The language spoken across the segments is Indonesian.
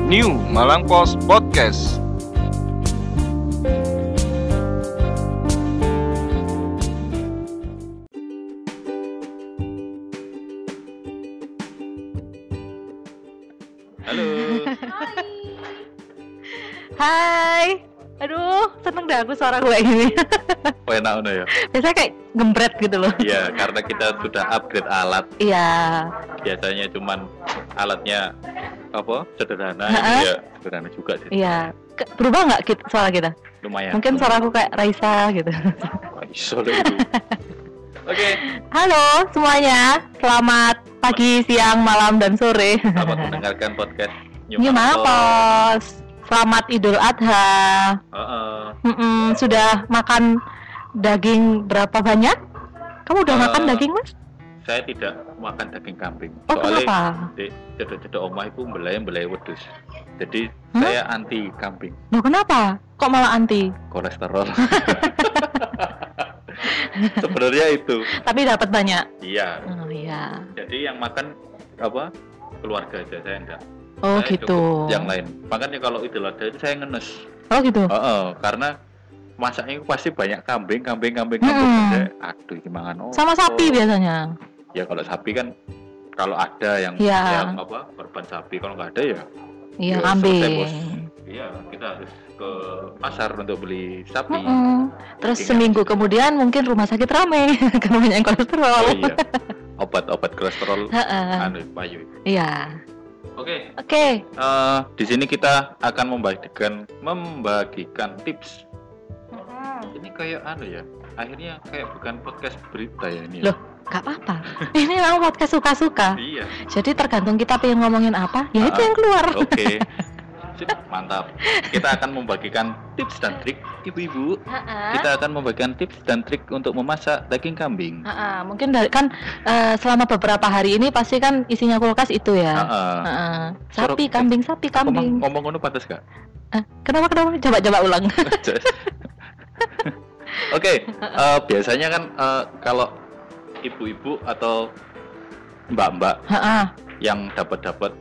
New Malang Post Podcast. Halo. Hai. Aduh, seneng deh aku suara gue gini. Oh, enak ya. Biasanya kayak gembret gitu loh. Iya, karena kita sudah upgrade alat. Iya. Biasanya cuman alatnya sederhana, ini ya sederhana juga sih. Iya. Berubah nggak suara kita? Lumayan. Mungkin suara aku kayak Raisa gitu. Wah, iso loh itu. Oke. Halo semuanya. Selamat pagi, siang, malam, dan sore. Selamat mendengarkan podcast New Malang Post. Selamat Idul Adha. Sudah makan daging berapa banyak? Kamu udah makan daging, Mas? Saya tidak makan daging kambing. Oh, soalnya kenapa? Di cedek-cedek omah itu belai wedhus. Jadi saya anti kambing. Loh, kenapa? Kok malah anti? Kolesterol. Sebenarnya itu. Tapi dapat banyak. Iya. Oh iya. Jadi yang makan keluarga aja, saya enggak. Oh saya gitu. Yang lain. Makanya kalau Idul Adha itu saya ngenes. Oh gitu. Karena masaknya pasti banyak kambing. Aduh, gimana? Sama sapi biasanya. Ya kalau sapi kan kalau ada yang korban sapi, kalau nggak ada ya. Iya, kambing. Iya, kita harus ke pasar untuk beli sapi. Terus seminggu kemudian mungkin rumah sakit rame karena banyak yang kolesterol. Oh iya. Obat kolesterol payu. Iya. Oke. Di sini kita akan membagikan tips. Ini kayak akhirnya kayak bukan podcast berita ya ini. Loh, gak apa-apa. Ini memang podcast suka-suka. Iya. Jadi tergantung kita pengen ngomongin apa, ya itu yang keluar. Oke. Sip, mantap. Kita akan membagikan tips dan trik ibu-ibu. Kita akan membagikan tips dan trik untuk memasak daging kambing. Mungkin selama beberapa hari ini pasti kan isinya kulkas itu ya. Sapi, kambing. Ngomong ngono pantas gak? Kenapa? Coba ulang. Oke, biasanya kan kalau ibu-ibu atau mbak-mbak yang dapat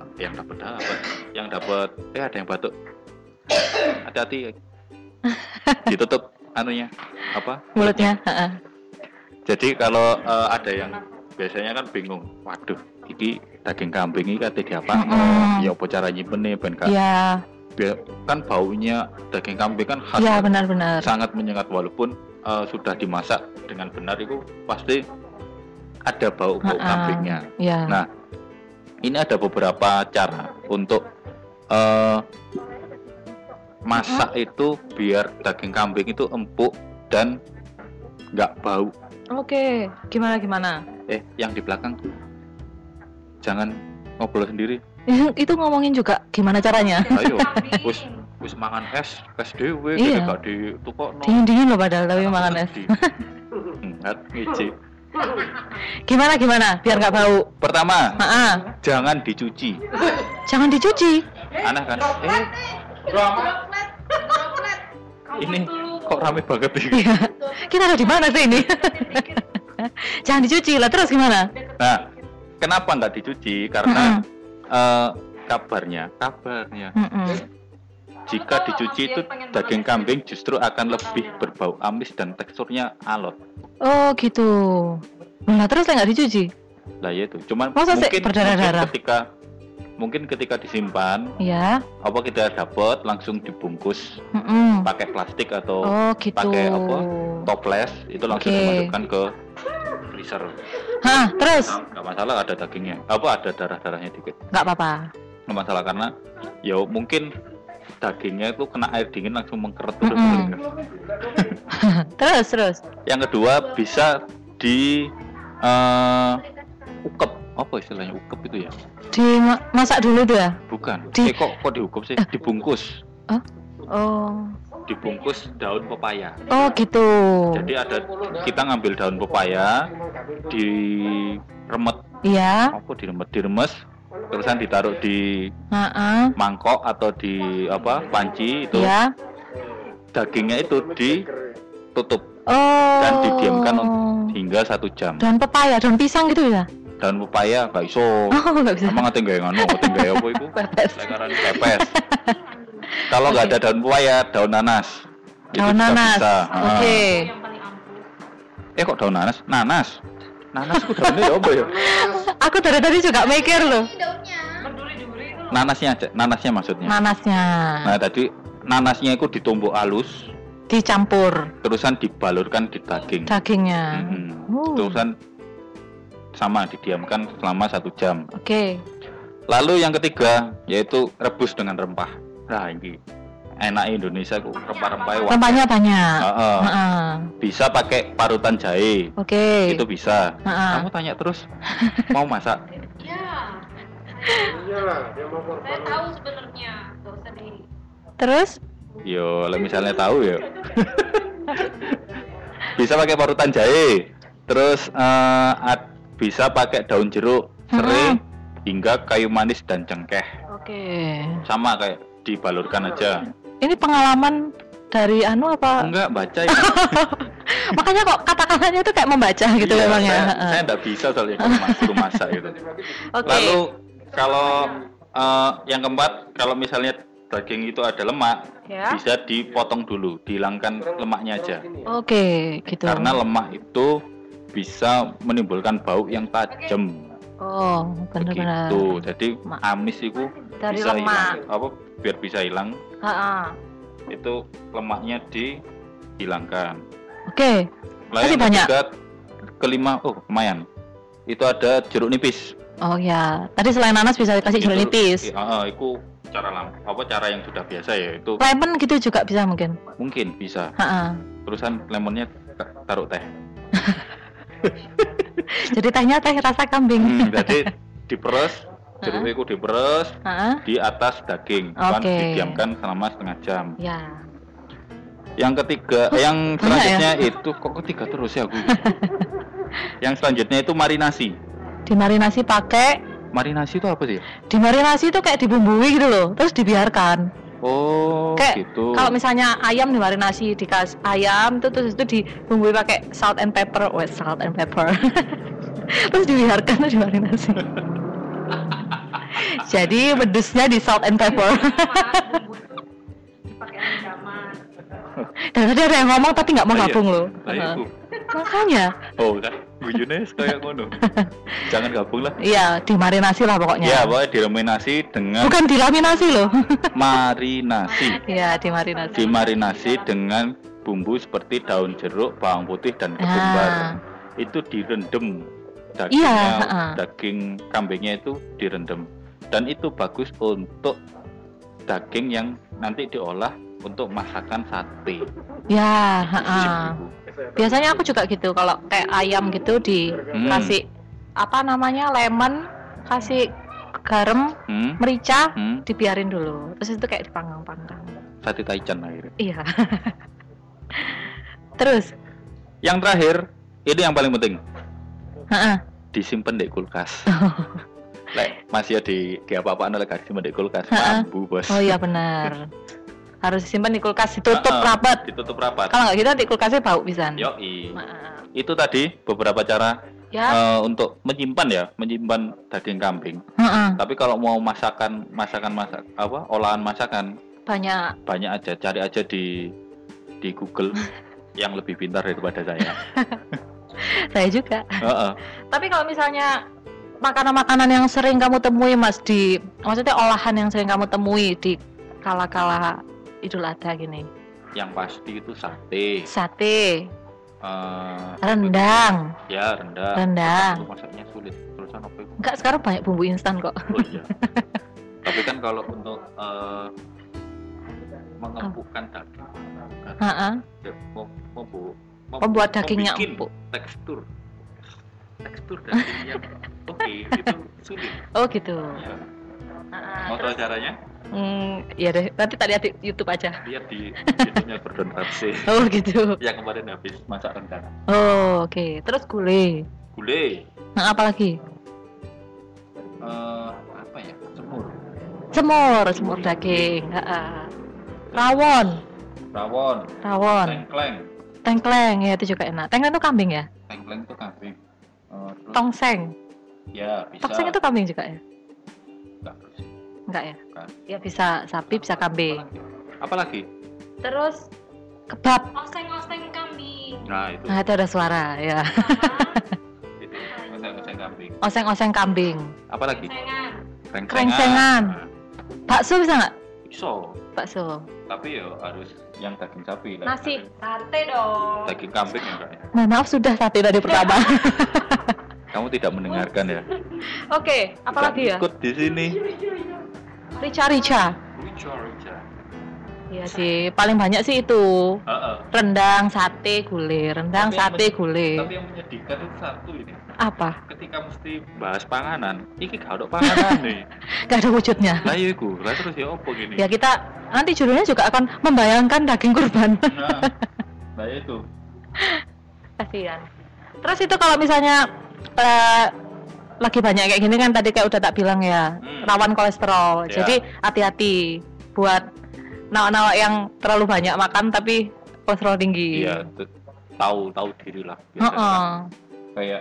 ada yang batuk. Hati-hati. Ditutup mulutnya. Jadi kalau ada yang biasanya kan bingung, waduh, ini daging kambing ini kate diapa? Ya apa cara nyimpennya ben gak? Iya. Kan baunya daging kambing kan khas. Iya, benar-benar. Sangat menyengat walaupun sudah dimasak dengan benar itu pasti ada bau kambingnya. Iya. Nah, ini ada beberapa cara untuk masak itu biar daging kambing itu empuk dan nggak bau. Oke, gimana? Yang di belakang jangan ngobrol sendiri. Itu ngomongin juga gimana caranya? Ayo, wis mangan es dhewe gak ditukokno. Dingin loh padahal tapi mangan es. Ngiji. Gimana biar nggak bau? Pertama, jangan dicuci. Jangan dicuci. Aneh kan? Ini kok rame banget ini. Kita ada di mana sih ini? Jangan dicuci lah, terus gimana? Nah, kenapa nggak dicuci? Karena kabarnya jika dicuci itu daging kambing justru akan lebih berbau amis dan teksturnya alot. Oh gitu. Nah terus nggak dicuci? Lah ya itu. Cuman mungkin ketika disimpan, ya. Kita dapat langsung dibungkus pakai plastik atau pakai toples itu langsung dimasukkan ke freezer. Terus? Nggak masalah ada dagingnya. Ada darah-darahnya dikit. Nggak apa-apa. Nggak masalah karena ya mungkin dagingnya itu kena air dingin langsung mengkeret. Terus. Yang kedua bisa ukep. Apa istilahnya ukep itu ya? Dimasak dulu tuh ya? Bukan. Kok diukep sih? Dibungkus. Dibungkus daun pepaya. Oh gitu. Jadi kita ngambil daun pepaya, diremet. Iya. Diremes. Terusan ditaruh di mangkok atau di panci itu. Iya. Dagingnya itu ditutup dan didiamkan hingga 1 jam. Daun pepaya, daun pisang gitu ya? daun pepaya gak iso. Oh, nggak bisa. Emang ate gawe ngono, ate gawe apa iku? Pepes. Lekaran pepes. Kalau nggak ada daun pepaya, daun nanas. Itu Daun juga nanas. bisa. Oke. Kok daun nanas? Nanas ku daunnya apa ya? Aku dari tadi juga mikir loh. Nanasnya maksudnya. Nanasnya. Nah, tadi nanasnya itu ditumbuk halus, Dicampur terusan dibalurkan di daging. dagingnya. Terusan sama didiamkan selama 1 jam. Oke. Lalu yang ketiga yaitu rebus dengan rempah. Nah, ini enak Indonesia ku rempah-rempahnya. Rempahnya banyak. Bisa pakai parutan jahe. Oke. Itu bisa. Kamu tanya terus mau masak? Iyalah, dia mau korban. Saya tahu sebenarnya, enggak usah di. Terus? Yo, kalau misalnya tahu ya. Bisa pakai parutan jahe. Terus bisa pakai daun jeruk, serai, hingga kayu manis dan cengkeh. Oke. Sama kayak dibalurkan aja. Ini pengalaman dari apa? Enggak, baca ya. Makanya kok kata-katanya itu kayak membaca gitu Iya, memang ya. Saya enggak bisa soalnya kalau masak gitu. Oke. Lalu kalau yang keempat, kalau misalnya daging itu ada lemak, Ya. bisa dipotong dulu, dihilangkan lemaknya aja. Oke, gitu. Karena lemak itu bisa menimbulkan bau yang tajam. Oh, benar-benar. Begitu. Jadi amis itu Dari bisa lemak. hilang. Biar bisa hilang, Ha-ha. itu lemaknya dihilangkan. Oke. Lalu Masih yang banyak. ketiga, kelima, lumayan. Itu ada jeruk nipis. Oh ya, tadi selain nanas bisa dikasih jeruk nipis. Itu cara yang sudah biasa ya, itu Lemon gitu juga bisa mungkin. mungkin bisa. Ha-ha. Terusan lemonnya taruh teh. Jadi tehnya teh rasa kambing. Jadi diperes, jeruk itu diperes Ha-ha. di atas daging, Oke. didiamkan selama setengah jam. Ya. Yang ketiga, yang banyak selanjutnya itu kok ketiga terus ya aku. Yang selanjutnya itu marinasi. Dimarinasi pakai, Marinasi itu apa sih? dimarinasi itu kayak dibumbui gitu loh, terus dibiarkan. Oh, Kayak gitu. kalau misalnya ayam dimarinasi, dikasih ayam itu terus itu dibumbui pakai salt and pepper, salt and pepper. Terus dibiarkan terus dimarinasi. Jadi pedesnya di salt and pepper. Dan tadi ada yang ngomong tapi nggak mau Iya. gabung loh. Lah, iku. Makanya. Oh kan, guyune kayak ngono. Jangan gabung lah. Iya, dimarinasi lah pokoknya. Ya, pokoknya dimarinasi dengan Bukan dilaminasi loh. marinasi. Iya, dimarinasi. Dimarinasi dengan bumbu seperti daun jeruk, bawang putih dan ketumbar. Itu direndam. Dagingnya, Iya, daging kambingnya itu direndam. Dan itu bagus untuk daging yang nanti diolah untuk masakan sate. Ya, biasanya aku juga gitu. Kalau kayak ayam gitu dikasih apa namanya lemon, kasih garam, merica, dibiarin dulu. Terus itu kayak dipanggang-panggang. Sate Taichan akhirnya. Iya. Terus? Yang terakhir, ini yang paling penting. Disimpan di kulkas. Lek masih di apa-apaan oleh disimpan di kulkas, mampu bos. Oh iya benar. Harus disimpan di kulkas, ditutup rapat. Ditutup rapat. Kalau nggak gitu di kulkasnya bau pisan. Yoi. Itu tadi beberapa cara untuk menyimpan daging kambing. Tapi kalau mau olahan masakan banyak aja, cari aja di Google yang lebih pintar daripada saya. Saya juga. Tapi kalau misalnya makanan-makanan yang sering kamu temui Mas maksudnya olahan yang sering kamu temui di kala-kala Idul Adha gini. Yang pasti itu sate. Rendang. Ya, rendang. Rendang. Masaknya sulit. Terusan apa itu? Enggak, sekarang banyak bumbu instan kok. Oh iya. Tapi kan kalau untuk mengempukkan daging, membuat dagingnya empuk. Tekstur dagingnya itu sulit. Oh gitu. Ya. Mau tahu caranya? Ya deh, nanti tak lihat di YouTube aja. Lihat di YouTube-nya Gordon Ramsay. Oh gitu. Yang kemarin habis masak rendang. Oh oke. Terus gulai. Nah, apa lagi? Apa ya? Semur daging. Rawon. Tengkleng Ya itu juga enak. Tengkleng itu kambing ya? itu kambing. Tongseng. Ya, bisa. Tongseng itu kambing juga ya? Enggak ya? Bukan. Ya bisa sapi, bisa kambing. Apalagi? Terus kebab. Oseng-oseng kambing. Nah, itu. Nah, itu ada suara ya. Itu oseng-oseng kambing. Oseng-oseng kambing. Apalagi? Osengan. Krengsengan. Nah, Bakso bisa nggak? bisa. Bakso. Tapi ya harus yang daging sapi lah. Nasi. Sate dong. Daging kambing enggak ya? Nah, maaf sudah sate tadi pertama. Kamu tidak mendengarkan ya? Oke, apalagi ya? Ikut di sini. Rica. Rica. Iya sih, paling banyak sih itu. Rendang, sate, gulai. Rendang, sate, gulai. Tapi yang menyedihkan itu satu ini. Apa? Ketika mesti bahas panganan, iki gak ada panganan nih. Gak ada wujudnya. Lah iya iku, lah terus ya opo gini? Ya kita nanti judulnya juga akan membayangkan daging kurban. Nah itu. Kasihan. Terus itu kalau misalnya lagi banyak kayak gini kan tadi kayak udah tak bilang ya, rawan kolesterol. Ya. Jadi hati-hati buat nawak-nawak yang terlalu banyak makan tapi kolesterol tinggi. Iya, tahu diri lah. Biasanya kayak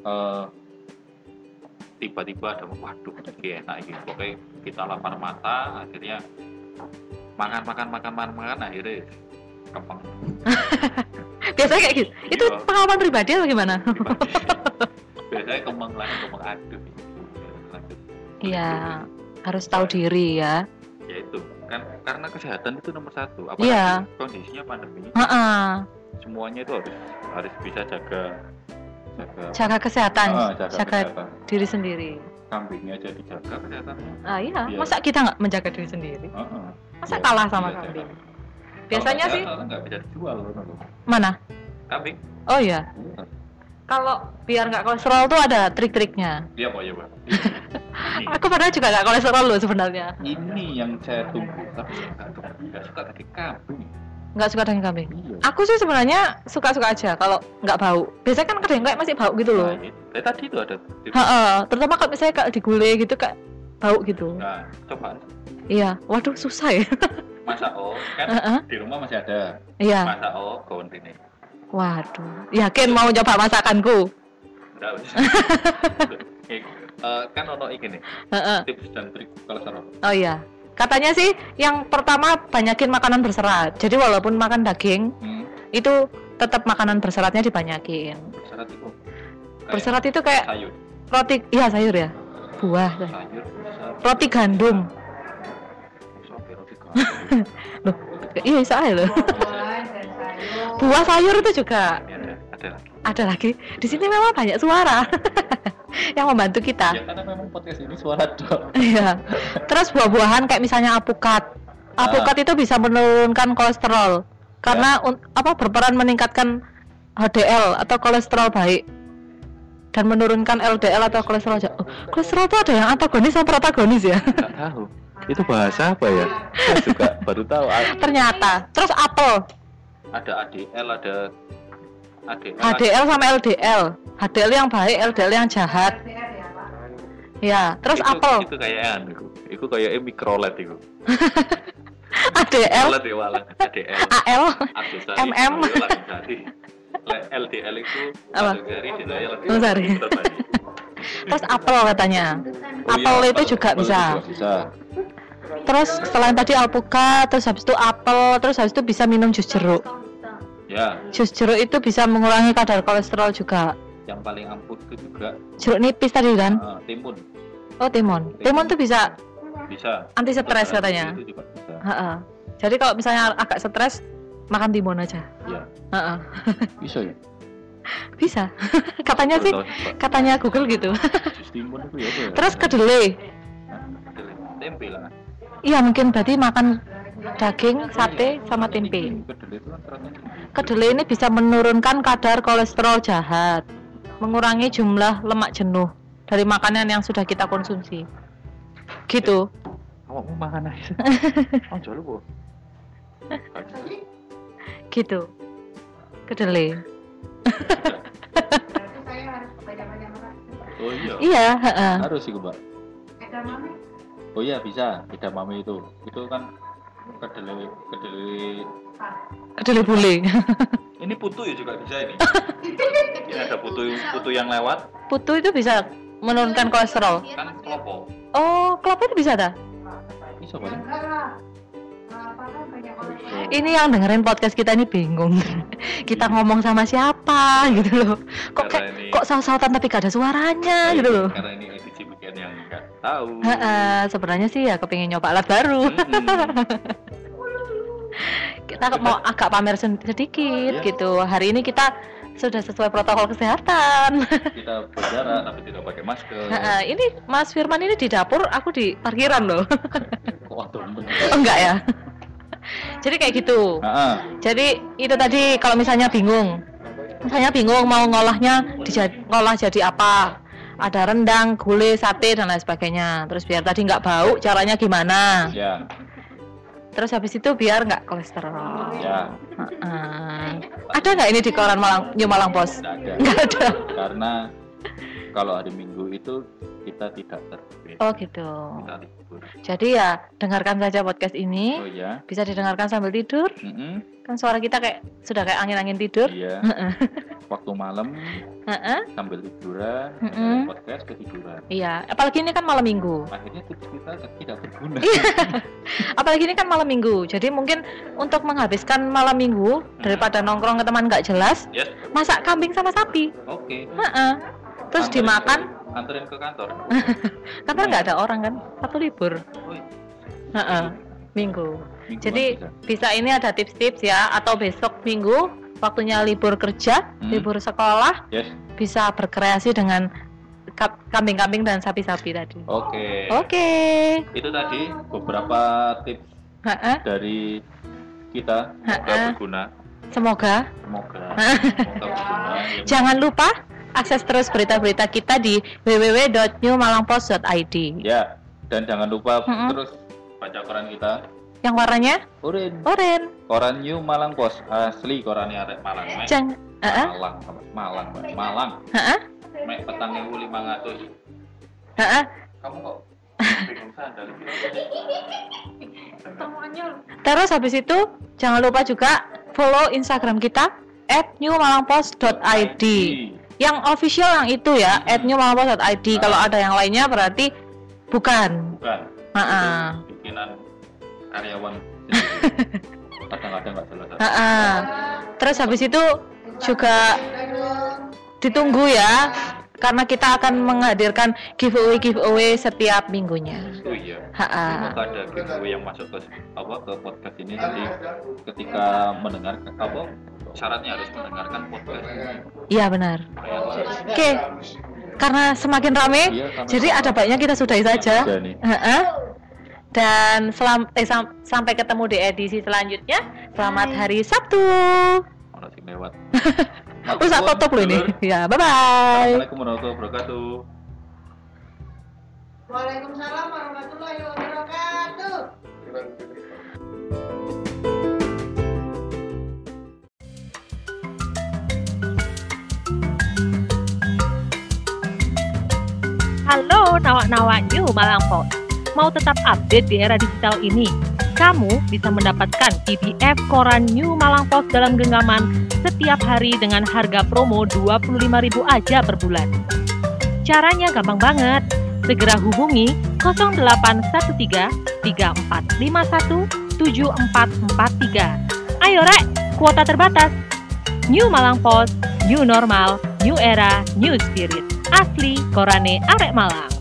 tiba-tiba ada waduh ini enak ini. Pokoknya kita lapar mata, akhirnya makan akhirnya kempeng. Biasanya kayak gitu. Itu Iya. pengalaman pribadi atau gimana? Biasanya kembang aduh. Iya, harus tahu diri ya. Ya itu kan karena kesehatan itu nomor satu. Apalagi Iya. kondisinya pandemi. Semuanya itu harus bisa jaga kesehatan, jaga jaga kesehatan. diri sendiri. Kambingnya jadi jaga kesehatannya. Iya, Iya. masa kita nggak menjaga diri sendiri? Masa kalah sama kambing? Biasanya sih nggak bisa dijual loh. mana? Kambing. Oh iya, kalau biar nggak kolesterol tuh ada trik-triknya. Iya pak. Ini, Aku padahal juga nggak kolesterol loh sebenarnya. ini yang saya tunggu, tapi saya nggak suka daging kambing. Nggak suka daging kambing. Iya. Aku sih sebenarnya suka-suka aja kalau nggak bau. Biasanya kan kadang kayak masih bau gitu loh. Nah, itu. Tadi itu ada. Terutama kalau misalnya kayak digulai gitu kayak bau gitu. Nah, coba. Iya, waduh susah ya. Masak kan di rumah masih ada. Iya. Masak kawan ini. Waduh, yakin mau coba masakanku? Enggak bisa. Kan ono iki nih. Tips dan trik kolesterol. Oh iya. Katanya sih yang pertama banyakin makanan berserat. Jadi walaupun makan daging, itu tetap makanan berseratnya dibanyakin. Berserat itu. Berserat itu kayak sayur. roti, iya sayur ya. Buah. Sayur bisa. Roti gandum. Roti gandum. Loh, iya bisa aja loh. Buah sayur itu juga. Ada lagi. Ada lagi. Di sini memang banyak suara yang membantu kita. Ya karena memang podcast ini suara dong. Iya. Terus buah-buahan kayak misalnya apukat. Apukat itu bisa menurunkan kolesterol karena berperan meningkatkan HDL atau kolesterol baik dan menurunkan LDL atau kolesterol jahat. Kolesterol itu ada yang antagonis atau protagonis ya? Nggak tahu. Itu bahasa apa ya? Saya juga baru tahu. Ternyata. Terus apel. Ada ADL, ada HDL sama LDL. HDL yang baik, LDL yang jahat. Ya, terus itu, apel. Itu kayak itu kayak mikrolet itu. ADL, ADL, AL, Abdulsari, MM. LDL itu Apa? Abdulsari. Terus apel katanya. Apel itu juga bisa. Terus selain tadi alpukat, terus habis itu apel, terus habis itu bisa minum jus jeruk. Ya. Jus jeruk itu bisa mengurangi kadar kolesterol juga. Yang paling ampuh itu juga Jeruk nipis tadi kan? timun. Oh timun. Timun tuh bisa anti stres Terus katanya. itu juga bisa. Jadi kalau misalnya agak stres, makan timun aja. Iya. Bisa ya? Bisa. Katanya sih, katanya Google gitu. Jus timun itu ya. Terus kedelai. Tempe lah. Iya mungkin berarti makan daging, sate, sama tempe. Kedelai itu kan seratnya tinggi. Kedelai ini bisa menurunkan kadar kolesterol jahat, mengurangi jumlah lemak jenuh dari makanan yang sudah kita konsumsi. Gitu. Awakmu makan aja. Oh, jual bu. Gitu. Kedelai. Oh iya. Iya, Harus sih, Mbak. Oh iya bisa, edamame itu. Itu kan kedelai bule. Ini putu ya juga bisa ini. Ini ada putu yang lewat. Putu itu bisa menurunkan kolesterol. Kan klopo. Oh, kelapa itu bisa dah? Bisa paling. Ini yang dengerin podcast kita ini bingung. Kita ngomong sama siapa gitu loh. Kok saut-sautan tapi gak ada suaranya gitu loh. Karena ini edisi weekend yang nggak tahu. Sebenarnya sih ya kepingin nyoba alat baru. Kita mau agak pamer sedikit gitu. Hari ini kita sudah sesuai protokol kesehatan. Kita berjarak tapi tidak pakai masker. Ini Mas Firman ini di dapur, aku di parkiran loh. Oh enggak ya? Jadi kayak gitu. Jadi itu tadi kalau misalnya bingung mau ngolah jadi apa? Ada rendang, gulai, sate dan lain sebagainya. Terus biar tadi nggak bau, caranya gimana? Ya. Terus habis itu biar nggak kolesterol. Ya. Ada nggak ini di koran New Malang Post? Nggak ada. Karena kalau hari Minggu itu kita tidak terbit. Oh gitu. Jadi ya dengarkan saja podcast ini. Oh ya. Bisa didengarkan sambil tidur. Kan suara kita sudah kayak angin-angin tidur. Iya. Waktu malam. Sambil tiduran. Podcast ketiduran. Iya. Apalagi ini kan malam Minggu. Akhirnya tips kita tidak berguna. Apalagi ini kan malam Minggu. Jadi mungkin untuk menghabiskan malam Minggu daripada nongkrong ke teman nggak jelas, masak kambing sama sapi. Oke. Terus dimakan. Anterin ke kantor. Kantor nggak ada orang kan, satu libur. Minggu. Jadi bisa ini ada tips-tips ya, atau besok Minggu waktunya libur kerja, libur sekolah, bisa berkreasi dengan kambing-kambing dan sapi-sapi tadi. Oke. Itu tadi beberapa tips dari kita, semoga berguna. Semoga berguna. Jangan lupa akses terus berita-berita kita di www.newmalangpost.id. Ya, dan jangan lupa terus baca koran kita. Yang warnanya? Oren. Koran New Malang Post, asli korannya arek Malang. Malang. Mek petang 1.500. Kamu kok bingung sandal Terus habis itu jangan lupa juga follow Instagram kita @newmalangpost.id. Yang official yang itu ya @newmalangpost.id. Kalau ada yang lainnya berarti bukan. Bikinan karyawan. Kadang-kadang nggak jelas. Terus habis itu juga ditunggu ya, karena kita akan menghadirkan giveaway setiap minggunya. Oh iya. Semoga ada giveaway yang masuk ke podcast ini. Jadi ketika mendengar syaratnya harus mendengarkan podcast ini. Iya benar. Oke. Karena semakin rame, jadi ada baiknya kita sudahi saja. Dan sampai ketemu di edisi selanjutnya. Selamat hari Sabtu. Lewat. Usah tutup loh ini. Ya, bye bye. Assalamualaikum warahmatullahi wabarakatuh. Waalaikumsalam warahmatullahi wabarakatuh. Halo nawak-nawak New Malang Post. Mau tetap update di era digital ini? Kamu bisa mendapatkan PDF koran New Malang Post dalam genggaman setiap hari dengan harga promo 25.000 aja per bulan. Caranya gampang banget. Segera hubungi 0813 3451 7443. Ayo rek, kuota terbatas. New Malang Post, new normal, new era, new spirit. Asli korane arek Malang.